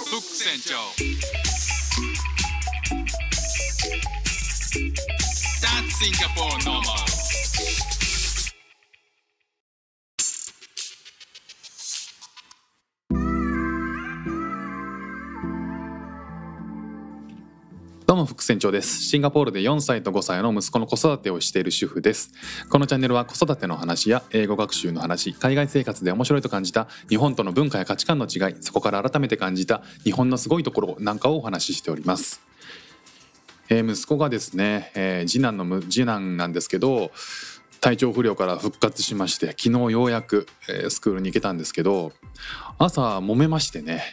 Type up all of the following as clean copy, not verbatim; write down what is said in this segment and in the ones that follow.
フック船長 That's Singapore normal。 どうも副船長です。シンガポールで4歳と5歳の息子の子育てをしている主婦です。このチャンネルは子育ての話や英語学習の話、海外生活で面白いと感じた日本との文化や価値観の違い、そこから改めて感じた日本のすごいところなんかをお話ししております。息子がですね、次男なんですけど、体調不良から復活しまして、昨日ようやく、スクールに行けたんですけど、朝揉めましてね、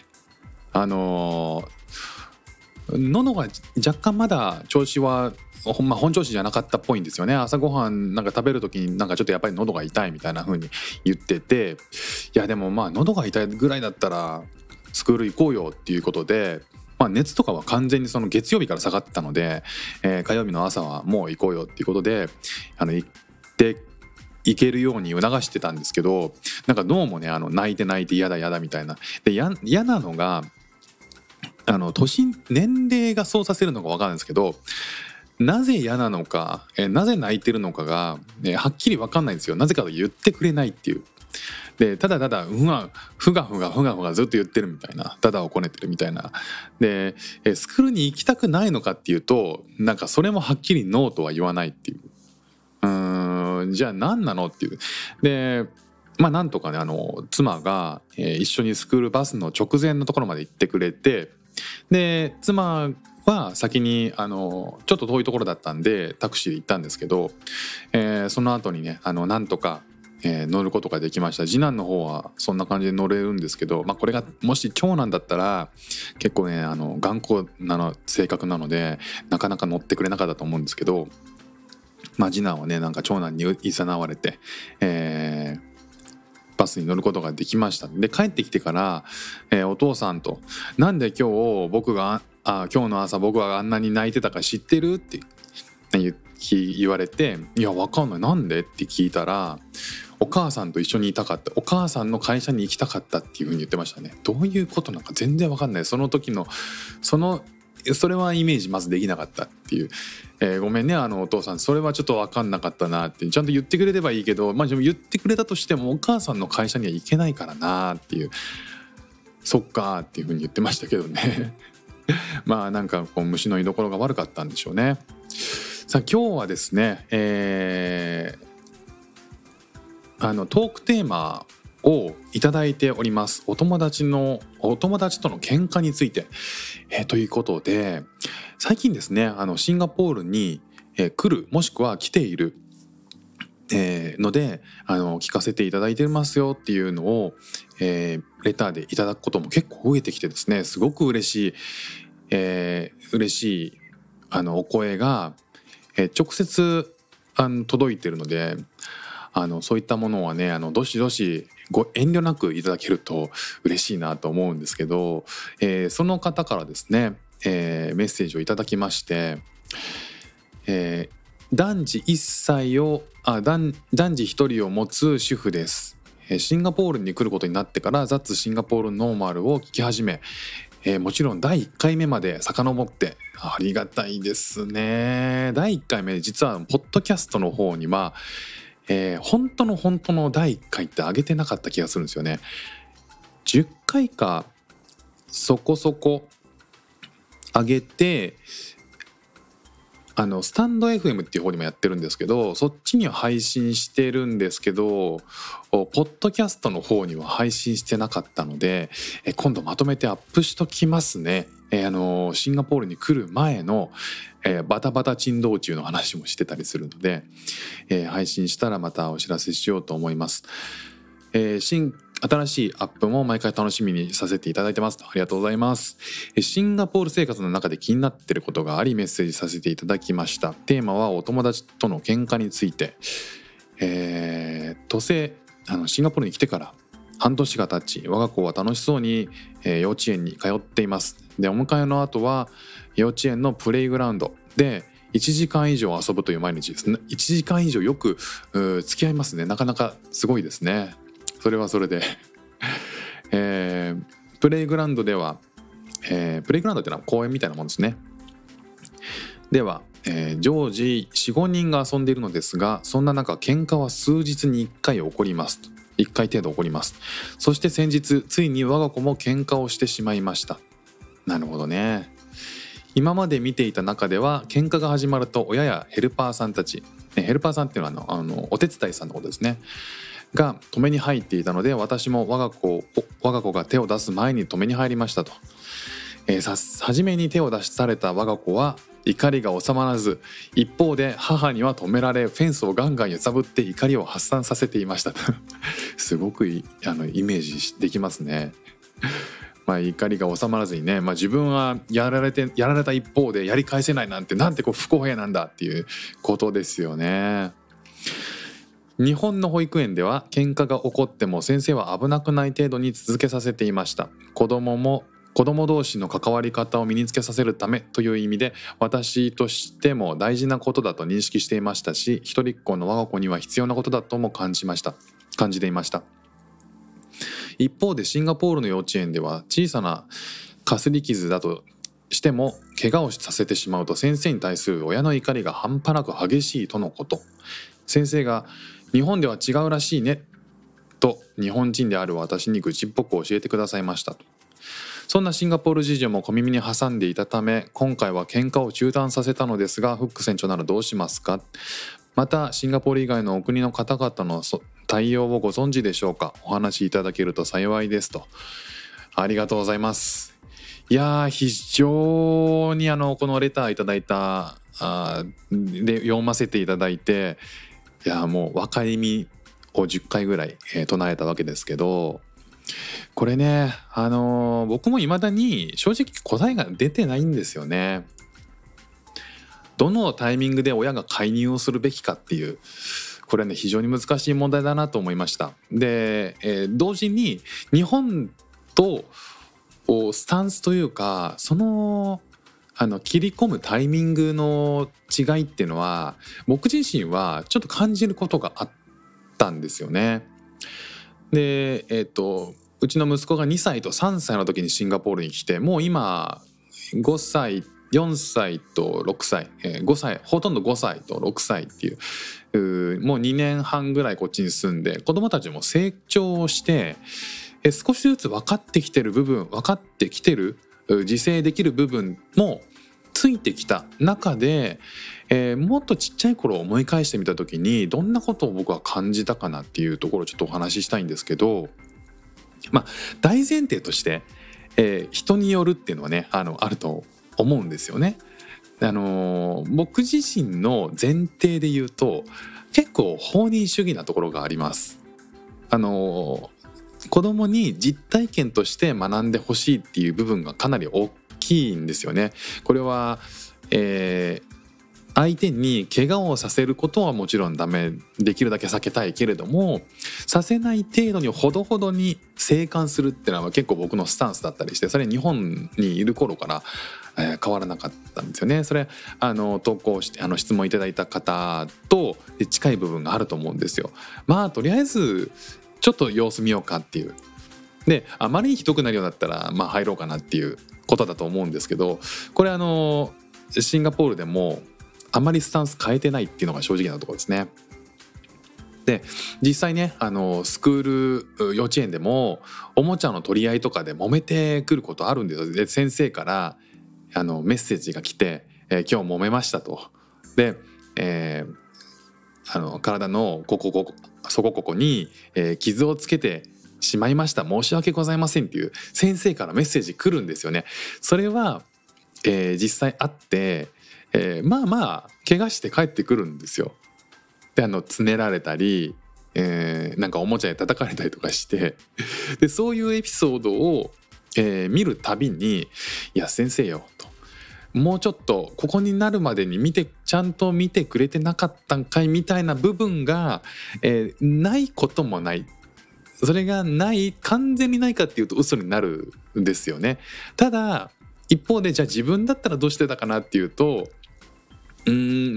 喉が若干まだ調子は本調子じゃなかったっぽいんですよね。朝ごはんなんか食べる時になんかちょっとやっぱり喉が痛いみたいな風に言ってて、いやでも喉が痛いぐらいだったらスクール行こうよっていうことで、熱とかは完全にその月曜日から下がってたので、火曜日の朝はもう行こうよっていうことで行って行けるように促してたんですけど、なんかどうもね泣いて嫌だみたいなで、嫌なのが年齢がそうさせるのか分かんないんですけど、なぜ嫌なのか、なぜ泣いてるのかが、はっきり分かんないんですよ。なぜかと言ってくれないっていう。でただふがふがずっと言ってるみたいな、ただをこねてるみたいな。でスクールに行きたくないのかっていうと、なんかそれもはっきりノーとは言わないっていう。じゃあ何なのっていう。でなんとかね妻が、一緒にスクールバスの直前のところまで行ってくれて、で妻は先にちょっと遠いところだったんでタクシーで行ったんですけど、その後にねなんとか、乗ることができました。次男の方はそんな感じで乗れるんですけど、これがもし長男だったら結構ね頑固な性格なのでなかなか乗ってくれなかったと思うんですけど、次男はねなんか長男にいざなわれて、バスに乗ることができました。で帰ってきてから、お父さんとなんで今日の朝僕はあんなに泣いてたか知ってるって言われて、いやわかんない、なんでって聞いたら、お母さんと一緒にいたかった、お母さんの会社に行きたかったっていうふうに言ってましたね。どういうことなんか全然わかんない。その時のそれはイメージまずできなかったっていう、ごめんねお父さん、それはちょっと分かんなかったなって。ちゃんと言ってくれればいいけど、でも言ってくれたとしてもお母さんの会社には行けないからなっていう、そっかっていうふうに言ってましたけどねなんかこう虫の居所が悪かったんでしょうね。さあ今日はですね、トークテーマをいただいております。お友達との喧嘩について、ということで、最近ですねシンガポールに、来るもしくは来ている、ので聞かせていただいてますよっていうのを、レターでいただくことも結構増えてきてですね、すごく嬉しいお声が、直接届いているので、そういったものはねどしどしご遠慮なくいただけると嬉しいなと思うんですけど、その方からですね、メッセージをいただきまして、男児1人を持つ主婦です。シンガポールに来ることになってからザッツシンガポールノーマルを聞き始め、もちろん第1回目まで遡って、ありがたいですね。第1回目実はポッドキャストの方には本当の第1回って上げてなかった気がするんですよね。10回かそこそこ上げて、スタンド FM っていう方にもやってるんですけど、そっちには配信してるんですけど、ポッドキャストの方には配信してなかったので、今度まとめてアップしときますね。シンガポールに来る前の、バタバタ珍道中の話もしてたりするので、配信したらまたお知らせしようと思います。新しいアップも毎回楽しみにさせていただいてます。ありがとうございます。シンガポール生活の中で気になっていることがありメッセージさせていただきました。テーマはお友達との喧嘩について。シンガポールに来てから半年が経ち、我が子は楽しそうに、幼稚園に通っています。でお迎えの後は幼稚園のプレイグラウンドで1時間以上遊ぶという毎日ですね。1時間以上よく付き合いますね。なかなかすごいですね。それはそれで、プレイグラウンドではプレイグラウンドってのは公園みたいなもんですね。では、常時 4,5 人が遊んでいるのですが、そんな中喧嘩は数日に1回起こりますと。1回程度起こります。そして先日ついに我が子も喧嘩をしてしまいました。なるほどね。今まで見ていた中では喧嘩が始まると親やヘルパーさんたち、ヘルパーさんっていうのはお手伝いさんのことですね、が止めに入っていたので、私も我が子が手を出す前に止めに入りましたと。初めに手を出された我が子は怒りが収まらず、一方で母には止められフェンスをガンガン揺さぶって怒りを発散させていましたすごくイメージできますね。怒りが収まらずにね、自分はやられた一方でやり返せないなんて不公平なんだっていうことですよね。日本の保育園では喧嘩が起こっても先生は危なくない程度に続けさせていました。子供同士の関わり方を身につけさせるためという意味で、私としても大事なことだと認識していましたし、一人っ子の我が子には必要なことだとも感じていました。一方でシンガポールの幼稚園では小さなかすり傷だとしても怪我をさせてしまうと先生に対する親の怒りが半端なく激しいとのこと。先生が日本では違うらしいねと日本人である私に愚痴っぽく教えてくださいましたと。そんなシンガポール事情も小耳に挟んでいたため、今回は喧嘩を中断させたのですが、フック船長ならどうしますか。またシンガポール以外のお国の方々の対応をご存知でしょうか。お話しいただけると幸いですと。ありがとうございます。いや非常にこのレターいただいたで読ませていただいて、もう分かりみを10回ぐらい、唱えたわけですけど、これね僕も未だに正直答えが出てないんですよね。どのタイミングで親が介入をするべきかっていう、これね非常に難しい問題だなと思いました。で、同時に日本とスタンスというか、その切り込むタイミングの違いっていうのは僕自身はちょっと感じることがあったんですよね。で、うちの息子が2歳と3歳の時にシンガポールに来て、もう今5歳4歳と6歳、5歳ほとんど5歳と6歳っていうもう2年半ぐらいこっちに住んで、子どもたちも成長して少しずつ分かってきてる自制できる部分もついてきた中で、もっとちっちゃい頃を思い返してみた時にどんなことを僕は感じたかなっていうところをちょっとお話ししたいんですけど、大前提として、人によるっていうのはねあると思うんですよね。僕自身の前提で言うと結構放任主義なところがあります。子供に実体験として学んでほしいっていう部分がかなり大きいんですよね。これは、相手に怪我をさせることはもちろんダメ、できるだけ避けたいけれども、させない程度にほどほどに静観するっていうのは結構僕のスタンスだったりして、それ日本にいる頃から、変わらなかったんですよね。それ投稿して質問いただいた方と近い部分があると思うんですよ。とりあえずちょっと様子見ようかっていう。であまりにひどくなるようだったら入ろうかなっていうことだと思うんですけど、これシンガポールでもあまりスタンス変えてないっていうのが正直なところですね。で実際ねスクール幼稚園でもおもちゃの取り合いとかで揉めてくることあるんですよ。で先生からメッセージが来て、今日揉めましたと。で、体のそこに、傷をつけてしまいました、申し訳ございませんっていう先生からメッセージ来るんですよね。それは、実際あって、怪我して帰ってくるんですよ。でつねられたり、なんかおもちゃで叩かれたりとかしてでそういうエピソードを、見るたびにいや先生よと、もうちょっとここになるまでにちゃんと見てくれてなかったんかいみたいな部分が、ないこともない。それが完全にないかっていうと嘘になるんですよね。ただ一方でじゃあ自分だったらどうしてたかなっていうと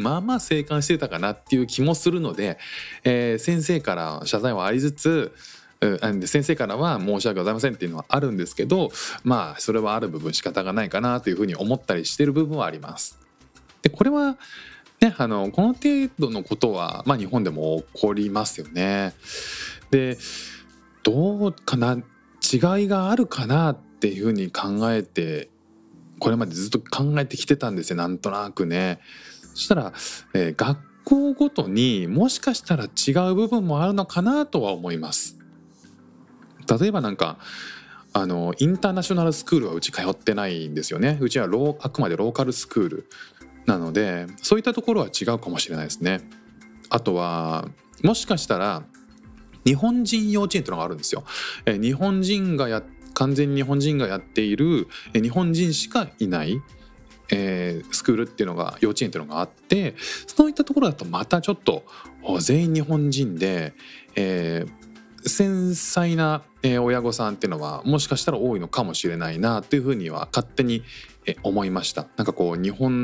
静観してたかなっていう気もするので、先生から謝罪はありつつ先生からは申し訳ございませんっていうのはあるんですけど、まあそれはある部分仕方がないかなというふうに思ったりしてる部分はあります。でこれはね、この程度のことは、まあ、日本でも起こりますよね。でどうかな、違いがあるかなっていうふうに考えてこれまでずっと考えてきてたんですよ、なんとなくね。そしたら、学校ごとにもしかしたら違う部分もあるのかなとは思います。例えばなんかインターナショナルスクールはうち通ってないんですよね。うちはあくまでローカルスクールなので、そういったところは違うかもしれないですね。あとはもしかしたら日本人幼稚園というのがあるんですよ。完全に日本人がやっている日本人しかいない、スクールっていうのが幼稚園っていうのがあって、そういったところだとまたちょっと全員日本人で、繊細な親御さんっていうのはもしかしたら多いのかもしれないなというふうには勝手に思いました。なんかこう日本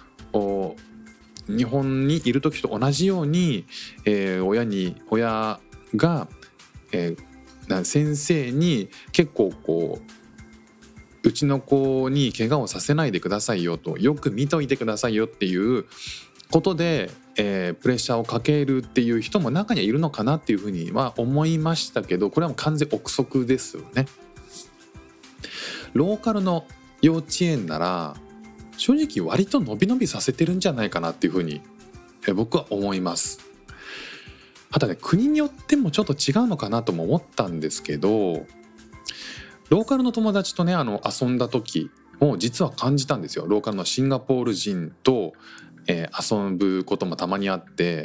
にいる時と同じように、親が、先生に結構こううちの子に怪我をさせないでくださいよと、よく見といてくださいよっていうことで、プレッシャーをかけるっていう人も中にはいるのかなっていうふうには思いましたけど、これはもう完全憶測ですよね。ローカルの幼稚園なら正直割と伸び伸びさせてるんじゃないかなっていうふうに僕は思います。ただね、国によってもちょっと違うのかなとも思ったんですけど、ローカルの友達とね遊んだ時も実は感じたんですよ。ローカルのシンガポール人と、遊ぶこともたまにあって、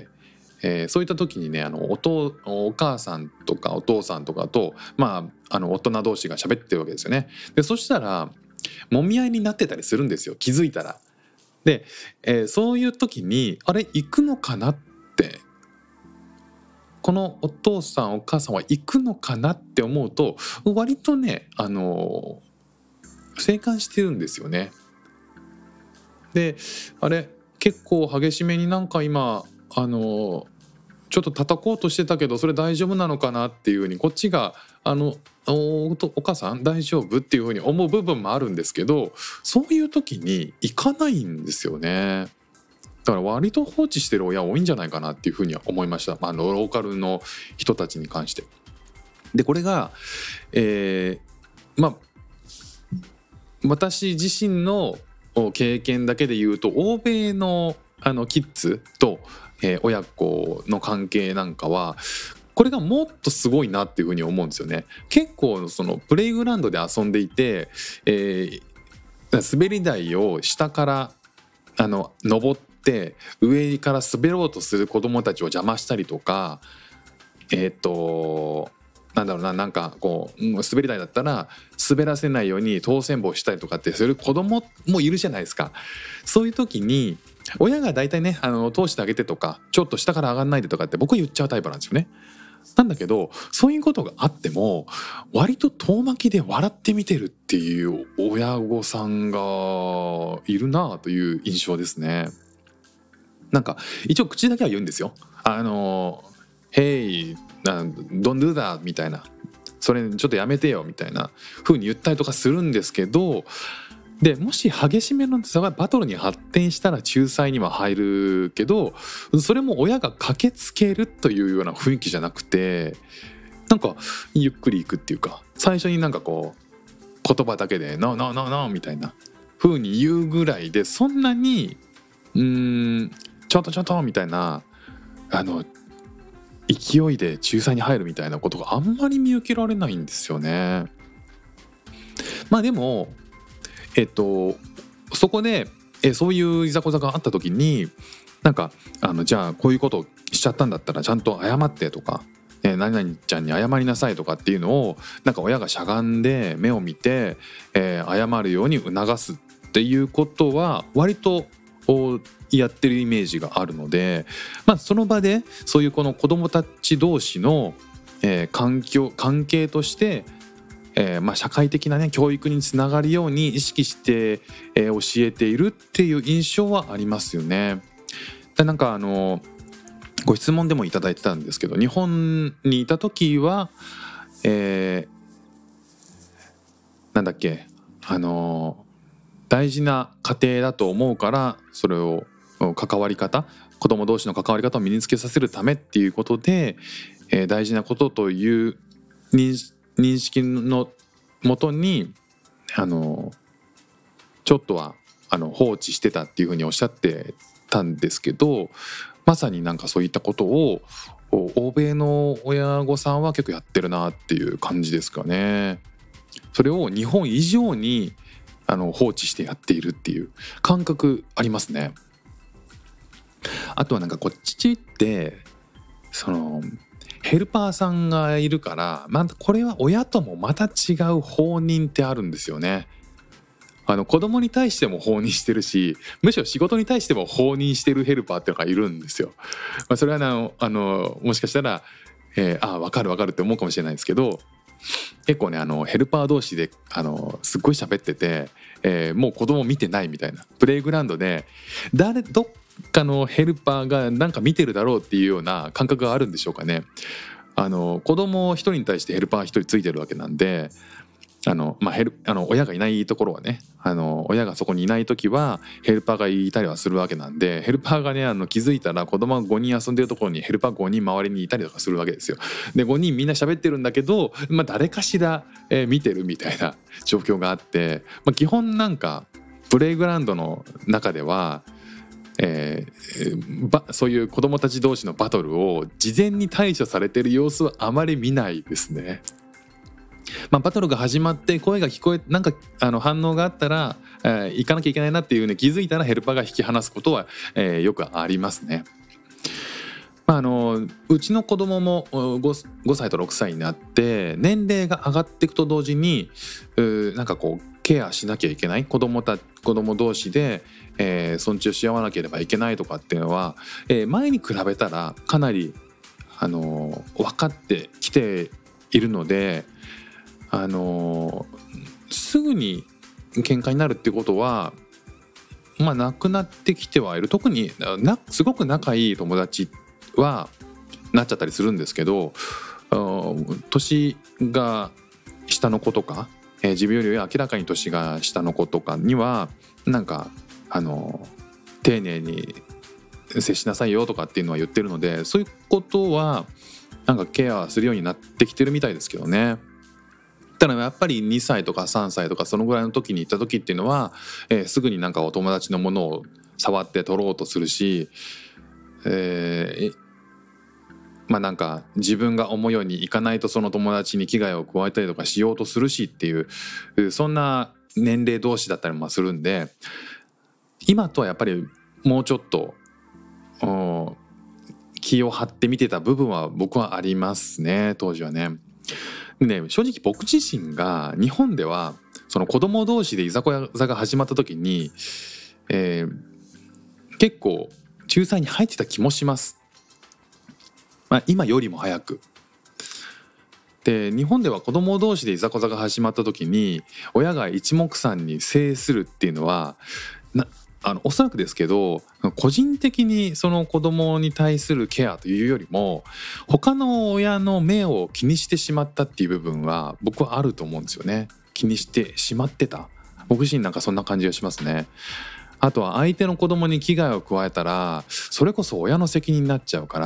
そういった時にねお母さんとかお父さんとかと、大人同士が喋ってるわけですよね。でそしたら揉み合いになってたりするんですよ、気づいたら。で、そういう時にあれ行くのかなって、このお父さんお母さんは行くのかなって思うと割とね静観してるんですよね。であれ結構激しめになんか今ちょっと叩こうとしてたけどそれ大丈夫なのかなっていう風にこっちがお母さん大丈夫っていう風に思う部分もあるんですけど、そういう時に行かないんですよね。だから割と放置してる親多いんじゃないかなっていう風には思いました。ローカルの人たちに関して。でこれが、私自身の経験だけで言うと欧米のキッズと、親子の関係なんかはこれがもっとすごいなっていうふうに思うんですよね。結構そのプレイグラウンドで遊んでいて、滑り台を下から登って上から滑ろうとする子どもたちを邪魔したりとか、なんかこう滑り台だったら滑らせないように当選棒したりとかってする子供もいるじゃないですか。そういう時に親が大体ね通してあげてとかちょっと下から上がんないでとかって僕言っちゃうタイプなんですよね。なんだけどそういうことがあっても割と遠巻きで笑って見てるっていう親御さんがいるなという印象ですね。なんか一応口だけは言うんですよ。Hey, don't do that みたいな、それちょっとやめてよみたいな風に言ったりとかするんですけど、でもし激しめのバトルに発展したら仲裁には入るけど、それも親が駆けつけるというような雰囲気じゃなくて、なんかゆっくりいくっていうか、最初になんかこう言葉だけで No no no no みたいな風に言うぐらいで、そんなにちょっとみたいな勢いで仲裁に入るみたいなことがあんまり見受けられないんですよね。でもそこでそういういざこざがあった時になんかじゃあこういうことしちゃったんだったらちゃんと謝ってとか、何々ちゃんに謝りなさいとかっていうのをなんか親がしゃがんで目を見て、謝るように促すっていうことは割とやってるイメージがあるので、その場でそういうこの子どもたち同士の、関係として、社会的な、教育につながるように意識して、教えているっていう印象はありますよね。でなんかご質問でもいただいてたんですけど、日本にいた時は、 えなんだっけ大事な家庭だと思うから、それを関わり方、子供同士の関わり方を身につけさせるためっていうことで、大事なことという認識のもとにちょっとは放置してたっていうふうにおっしゃってたんですけど、まさになんかそういったことを欧米の親御さんは結構やってるなっていう感じですかね。それを日本以上に放置してやっているっていう感覚ありますね。あとはなんかこっちってヘルパーさんがいるから、これは親ともまた違う放任ってあるんですよね。子供に対しても放任してるし、むしろ仕事に対しても放任してるヘルパーっていうのがいるんですよ。それはもしかしたら、分かる分かるって思うかもしれないですけど、結構ねヘルパー同士ですっごい喋ってて、もう子供見てないみたいな、プレイグラウンドでどっかのヘルパーがなんか見てるだろうっていうような感覚があるんでしょうかね。子供一人に対してヘルパー一人ついてるわけなんで、親がいないところはね、親がそこにいない時はヘルパーがいたりはするわけなんで、ヘルパーがね気づいたら子供が5人遊んでるところにヘルパー5人周りにいたりとかするわけですよ。で5人みんな喋ってるんだけど、誰かしら、見てるみたいな状況があって、基本なんかプレイグラウンドの中ではそういう子供たち同士のバトルを事前に対処されてる様子はあまり見ないですね。バトルが始まって声が聞こえ、なんか反応があったら、行かなきゃいけないなっていうね、気づいたらヘルパーが引き離すことは、よくありますね。うちの子供も 5歳と6歳になって年齢が上がっていくと同時になんかこうケアしなきゃいけない、子供同士で、尊重し合わなければいけないとかっていうのは、前に比べたらかなり分かってきているので、すぐに喧嘩になるっていうことはなくなってきてはいる。特にすごく仲いい友達はなっちゃったりするんですけど、年が下の子とか、自分より明らかに年が下の子とかにはなんか丁寧に接しなさいよとかっていうのは言ってるので、そういうことはなんかケアするようになってきてるみたいですけどね。ただやっぱり2歳とか3歳とかそのぐらいの時に行った時っていうのは、すぐになんかお友達のものを触って取ろうとするし、なんか自分が思うようにいかないとその友達に危害を加えたりとかしようとするしっていう、そんな年齢同士だったりもするんで、今とはやっぱりもうちょっと気を張って見てた部分は僕はありますね、当時はね。正直僕自身が日本ではその子供同士でいざこざが始まった時に、結構仲裁に入ってた気もします。今よりも早く。で日本では子供同士でいざこざが始まった時に親が一目散に制するっていうのはおそらくですけど、個人的にその子供に対するケアというよりも他の親の目を気にしてしまったっていう部分は僕はあると思うんですよね。気にしてしまってた、僕自身なんかそんな感じがしますね。あとは相手の子供に危害を加えたらそれこそ親の責任になっちゃうから、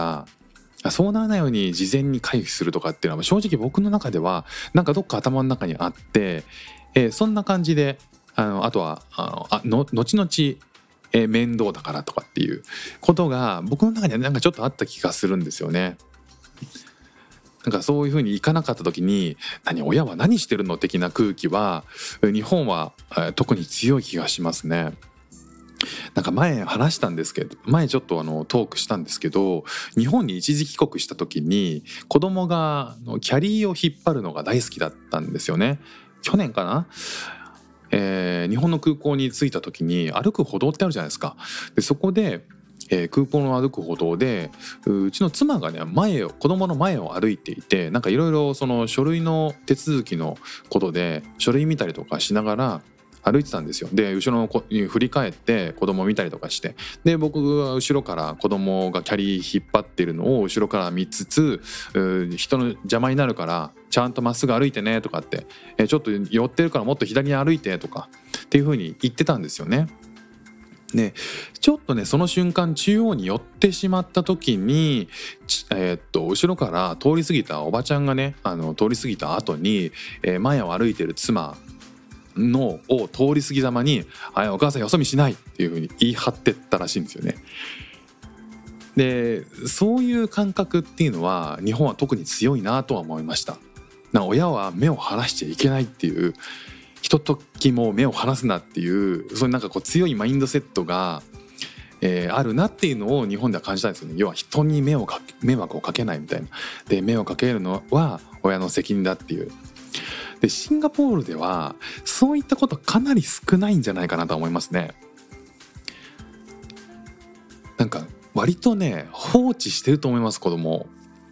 そうならないように事前に回避するとかっていうのは正直僕の中ではなんかどっか頭の中にあって、そんな感じであとは後々面倒だからとかっていうことが僕の中にはなんかちょっとあった気がするんですよね。なんかそういう風にいかなかった時に親は何してるの的な空気は日本は特に強い気がしますね。なんか前話したんですけど、前ちょっとトークしたんですけど、日本に一時帰国した時に子供がキャリーを引っ張るのが大好きだったんですよね。去年かな、日本の空港に着いた時に歩く歩道ってあるじゃないですか。でそこで、空港の歩く歩道でうちの妻がね子供の前を歩いていて、なんかいろいろその書類の手続きのことで書類見たりとかしながら歩いてたんですよ。で後ろの子に振り返って子供を見たりとかして、で僕は後ろから子供がキャリー引っ張ってるのを後ろから見つつ、人の邪魔になるからちゃんとまっすぐ歩いてねとかって、ちょっと寄ってるからもっと左に歩いてとかっていう風に言ってたんですよね。でちょっとねその瞬間中央に寄ってしまった時に後ろから通り過ぎたおばちゃんがね通り過ぎた後に、前を歩いてる妻のを通り過ぎざまにお母さんよそ見しないっていう風に言い張ってったらしいんですよね。でそういう感覚っていうのは日本は特に強いなとは思いました。親は目を離しちゃいけないっていう、ひとときも目を離すなっていう、そういうなんかこう強いマインドセットが、あるなっていうのを日本では感じたんですよね。要は人に迷惑をかけないみたいな。で迷惑をかけるのは親の責任だっていう。でシンガポールではそういったことかなり少ないんじゃないかなと思いますね。なんか割とね放置してると思います、子供を。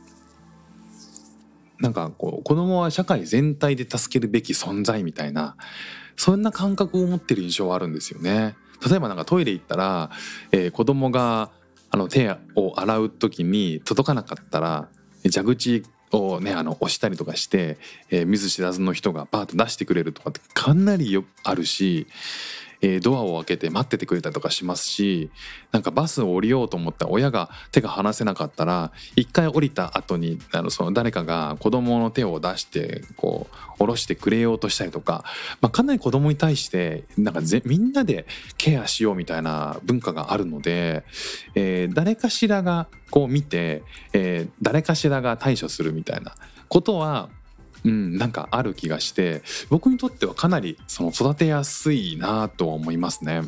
なんかこう子供は社会全体で助けるべき存在みたいな、そんな感覚を持ってる印象はあるんですよね。例えばなんかトイレ行ったら、子供が手を洗う時に届かなかったら蛇口をね押したりとかして、見ず知らずの人がバーッと出してくれるとかってかなりあるし、ドアを開けて待っててくれたりとかしますし、なんかバスを降りようと思った親が手が離せなかったら一回降りた後にその誰かが子供の手を出してこう下ろしてくれようとしたりとか、かなり子供に対してなんかみんなでケアしようみたいな文化があるので、誰かしらがこう見て、誰かしらが対処するみたいなことはなんかある気がして、僕にとってはかなりその育てやすいなとは思いますね。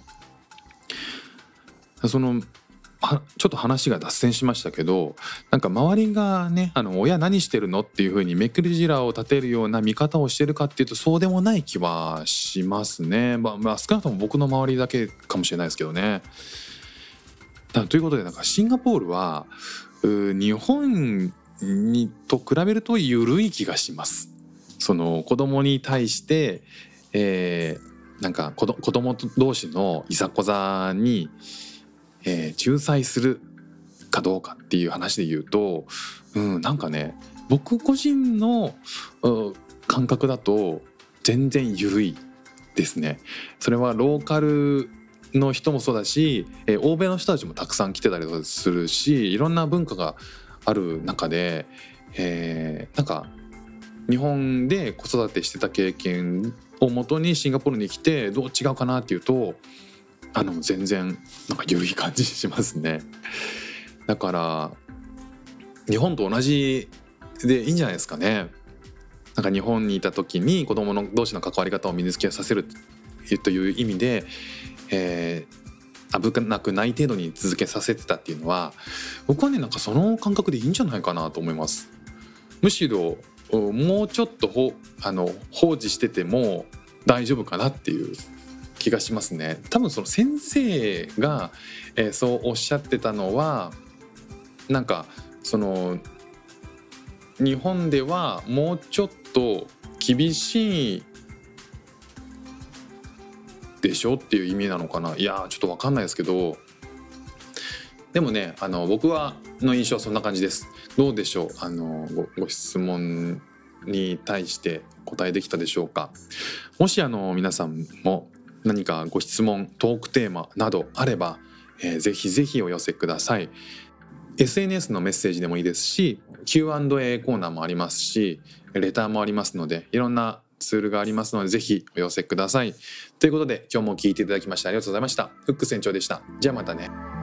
ちょっと話が脱線しましたけど、なんか周りがね親何してるのっていう風に目くじらを立てるような見方をしてるかっていうとそうでもない気はしますね。少なくとも僕の周りだけかもしれないですけどね。ということでなんかシンガポールは日本と比べると緩い気がします。その子供に対して、なんか子供同士のいざこざに、仲裁するかどうかっていう話で言うと、なんかね僕個人の感覚だと全然緩いですね。それはローカルの人もそうだし、欧米の人たちもたくさん来てたりするし、いろんな文化がある中で、なんか日本で子育てしてた経験をもとにシンガポールに来てどう違うかなっていうと全然なんか緩い感じしますね。だから日本と同じでいいんじゃないですかね。なんか日本にいた時に子供の同士の関わり方を身につけさせるという意味で、危なくない程度に続けさせてたっていうのは僕はねなんかその感覚でいいんじゃないかなと思います。むしろもうちょっと放置してても大丈夫かなっていう気がしますね。多分その先生が、そうおっしゃってたのはなんかその日本ではもうちょっと厳しいでしょっていう意味なのかな。いやちょっと分かんないですけど、でもね僕の印象はそんな感じです。どうでしょうご質問に対して答えできたでしょうか。もし皆さんも何かご質問トークテーマなどあれば、ぜひぜひお寄せください。 SNS のメッセージでもいいですし Q&A コーナーもありますしレターもありますのでいろんなツールがありますのでぜひお寄せください。ということで今日も聞いていただきましてありがとうございました。フック船長でした。じゃあまたね。